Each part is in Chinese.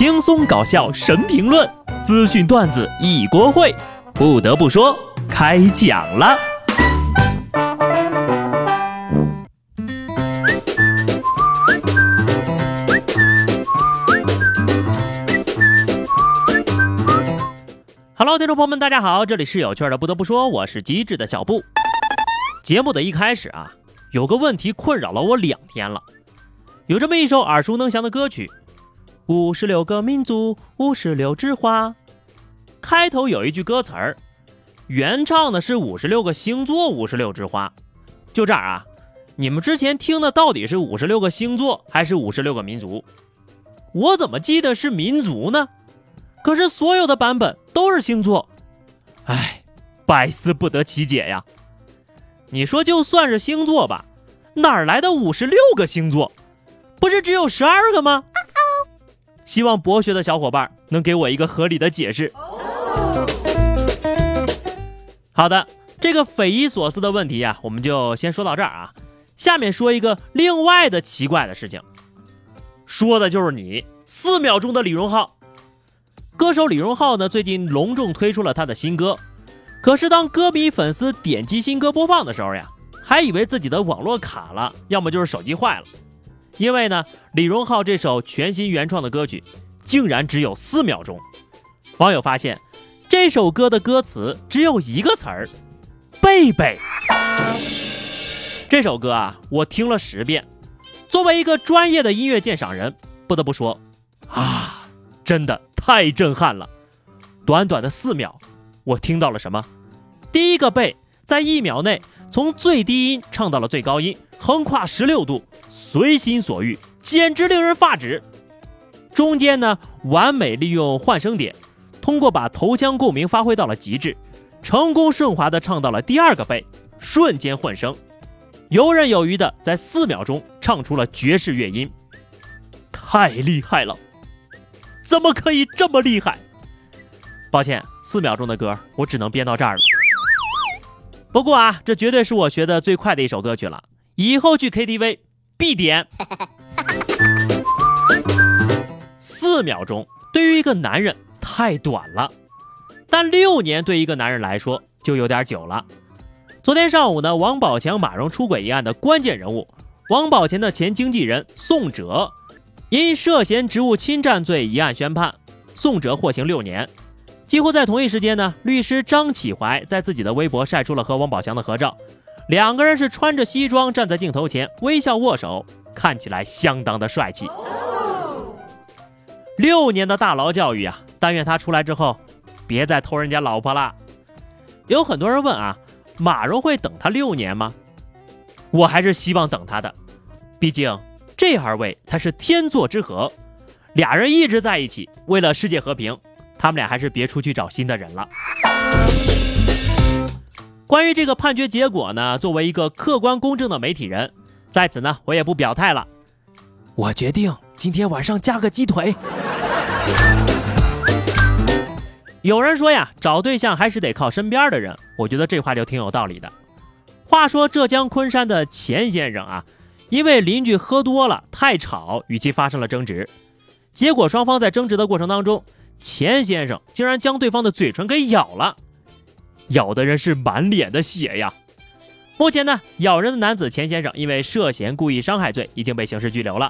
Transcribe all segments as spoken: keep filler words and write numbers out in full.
轻松搞笑神评论，资讯段子一锅烩。不得不说，开讲了。Hello， 听众朋友们，大家好，这里是有趣的。不得不说，我是机智的小布。节目的一开始啊，有个问题困扰了我两天了。有这么一首耳熟能详的歌曲，五十六个民族，五十六枝花。开头有一句歌词儿，原唱的是五十六个星座，五十六枝花。就这儿啊，你们之前听的到底是五十六个星座还是五十六个民族？我怎么记得是民族呢？可是所有的版本都是星座，哎，百思不得其解呀。你说就算是星座吧，哪来的五十六个星座？不是只有十二个吗？希望博学的小伙伴能给我一个合理的解释。好的，这个匪夷所思的问题啊，我们就先说到这儿啊。下面说一个另外的奇怪的事情，说的就是你四秒钟的李荣浩。歌手李荣浩呢，最近隆重推出了他的新歌，可是当歌迷粉丝点击新歌播放的时候呀，还以为自己的网络卡了，要么就是手机坏了。因为呢，李荣浩这首全新原创的歌曲竟然只有四秒钟。网友发现这首歌的歌词只有一个词儿，贝贝。这首歌啊，我听了十遍。作为一个专业的音乐鉴赏人，不得不说啊，真的太震撼了。短短的四秒，我听到了什么？第一个贝在一秒内从最低音唱到了最高音，横跨十六度，随心所欲，简直令人发指。中间呢，完美利用换声点，通过把头腔共鸣发挥到了极致，成功顺滑地唱到了第二个贝，瞬间混声，游刃有余地在四秒钟唱出了爵士乐音，太厉害了！怎么可以这么厉害？抱歉，四秒钟的歌我只能编到这儿了。不过啊，这绝对是我学的最快的一首歌曲了，以后去 K T V 必点。四秒钟对于一个男人太短了，但六年对一个男人来说就有点久了。昨天上午呢，王宝强马蓉出轨一案的关键人物王宝强的前经纪人宋哲，因涉嫌职务侵占罪一案宣判，宋哲获刑六年。几乎在同一时间呢，律师张启怀在自己的微博晒出了和王宝强的合照，两个人是穿着西装站在镜头前微笑握手，看起来相当的帅气。六年的大牢教育啊，但愿他出来之后别再偷人家老婆了。有很多人问啊，马蓉会等他六年吗？我还是希望等他的，毕竟这二位才是天作之合，俩人一直在一起，为了世界和平，他们俩还是别出去找新的人了。关于这个判决结果呢，作为一个客观公正的媒体人，在此呢我也不表态了，我决定今天晚上加个鸡腿。有人说呀，找对象还是得靠身边的人，我觉得这话就挺有道理的。话说浙江昆山的钱先生啊，因为邻居喝多了太吵，与其发生了争执，结果双方在争执的过程当中，钱先生竟然将对方的嘴唇给咬了，咬的人是满脸的血呀。目前呢，咬人的男子钱先生因为涉嫌故意伤害罪已经被刑事拘留了。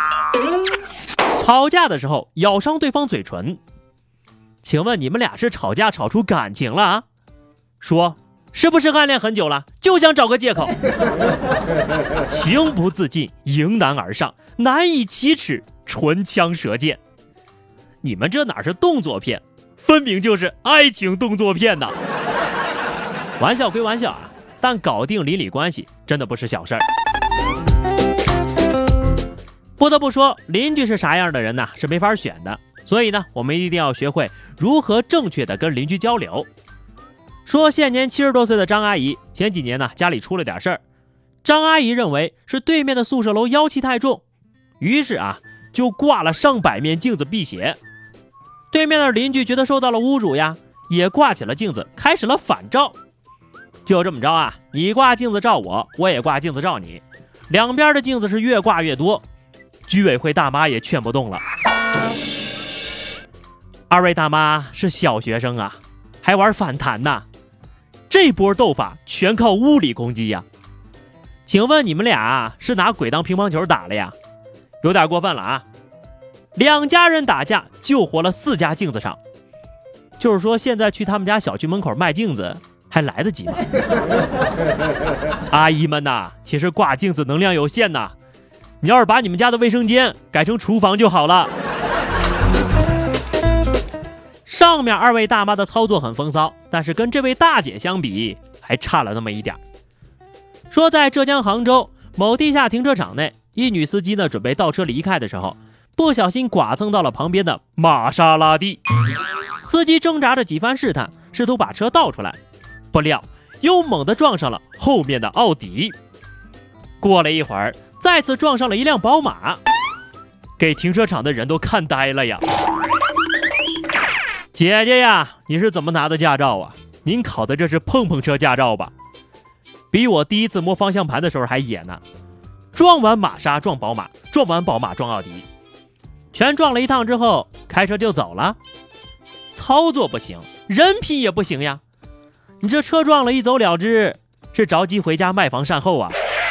吵架的时候咬伤对方嘴唇，请问你们俩是吵架吵出感情了啊？说是不是暗恋很久了，就想找个借口？情不自禁，迎难而上，难以启齿，唇枪舌剑。你们这哪是动作片，分明就是爱情动作片呐！玩笑归玩笑啊，但搞定邻里关系真的不是小事儿。不得不说，邻居是啥样的人呢，是没法选的，所以呢，我们一定要学会如何正确的跟邻居交流。说现年七十多岁的张阿姨，前几年呢家里出了点事儿，张阿姨认为是对面的宿舍楼妖气太重，于是啊就挂了上百面镜子辟邪。对面的邻居觉得受到了侮辱呀，也挂起了镜子，开始了反照。就这么着啊，你挂镜子照我，我也挂镜子照你，两边的镜子是越挂越多，居委会大妈也劝不动了。 二位大妈是小学生啊，还玩反弹呢，这波斗法全靠物理攻击呀。请问你们俩是拿鬼当乒乓球打了呀？有点过分了啊！两家人打架救活了四家镜子厂，就是说现在去他们家小区门口卖镜子还来得及吗？阿姨们呐，其实挂镜子能量有限呐，你要是把你们家的卫生间改成厨房就好了。上面二位大妈的操作很风骚，但是跟这位大姐相比还差了那么一点。说在浙江杭州某地下停车场内，一女司机呢准备倒车离开的时候，不小心剐蹭到了旁边的玛莎拉蒂。司机挣扎着几番试探，试图把车倒出来，不料又猛地撞上了后面的奥迪。过了一会儿，再次撞上了一辆宝马，给停车场的人都看呆了呀。姐姐呀，你是怎么拿的驾照啊？您考的这是碰碰车驾照吧？比我第一次摸方向盘的时候还野呢。撞完玛莎撞宝马，撞完宝马撞奥迪，全撞了一趟之后开车就走了。操作不行，人品也不行呀。你这车撞了一走了之，是着急回家卖房善后啊。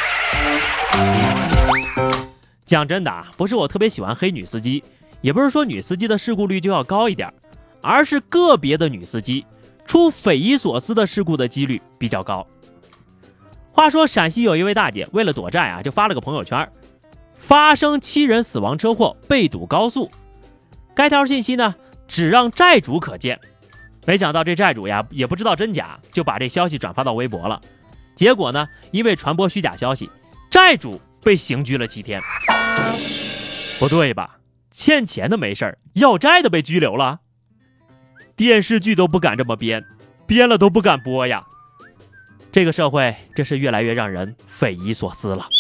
讲真的啊，不是我特别喜欢黑女司机，也不是说女司机的事故率就要高一点，而是个别的女司机出匪夷所思的事故的几率比较高。话说陕西有一位大姐为了躲债啊，就发了个朋友圈，发生七人死亡车祸，被堵高速。该条信息呢只让债主可见，没想到这债主呀也不知道真假，就把这消息转发到微博了。结果呢，因为传播虚假消息，债主被刑拘了七天。不对吧？欠钱的没事，要债的被拘留了？电视剧都不敢这么编，编了都不敢播呀。这个社会真是越来越让人匪夷所思了。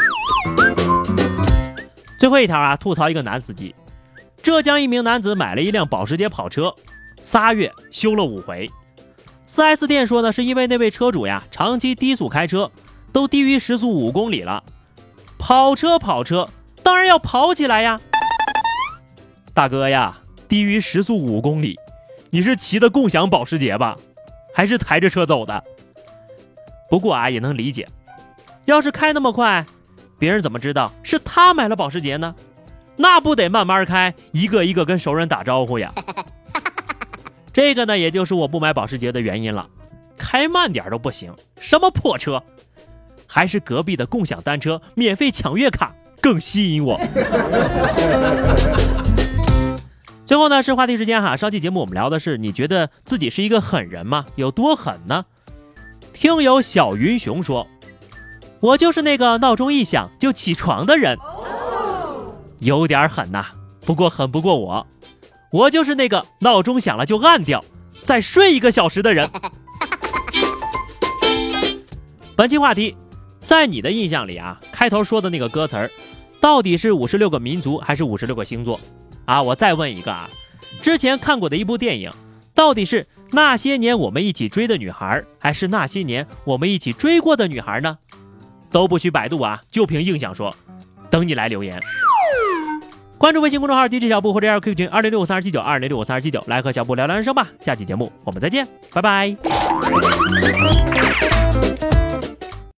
最后一条啊，吐槽一个男司机。浙江一名男子买了一辆保时捷跑车，仨月修了五回。四 S 店说呢，是因为那位车主呀长期低速开车，都低于时速五公里了。跑车跑车当然要跑起来呀。大哥呀，低于时速五公里，你是骑的共享保时捷吧？还是抬着车走的？不过啊，也能理解，要是开那么快，别人怎么知道是他买了保时捷呢？那不得慢慢开，一个一个跟熟人打招呼呀。这个呢，也就是我不买保时捷的原因了。开慢点都不行，什么破车，还是隔壁的共享单车免费抢月卡更吸引我。最后呢，是话题时间哈。上期节目我们聊的是，你觉得自己是一个狠人吗？有多狠呢？听友小云熊说，我就是那个闹钟一响就起床的人。有点狠呐、啊，不过狠不过我。我就是那个闹钟响了就按掉，再睡一个小时的人。本期话题，在你的印象里啊，开头说的那个歌词儿，到底是五十六个民族还是五十六个星座啊？我再问一个啊，之前看过的一部电影，到底是那些年我们一起追的女孩，还是那些年我们一起追过的女孩呢？都不许百度啊，就凭印象说。等你来留言。关注微信公众号 D J 小布或者 Q Q 群二零六五三二七九二零六五三二七九，来和小布聊聊人生吧。下期节目我们再见，拜拜。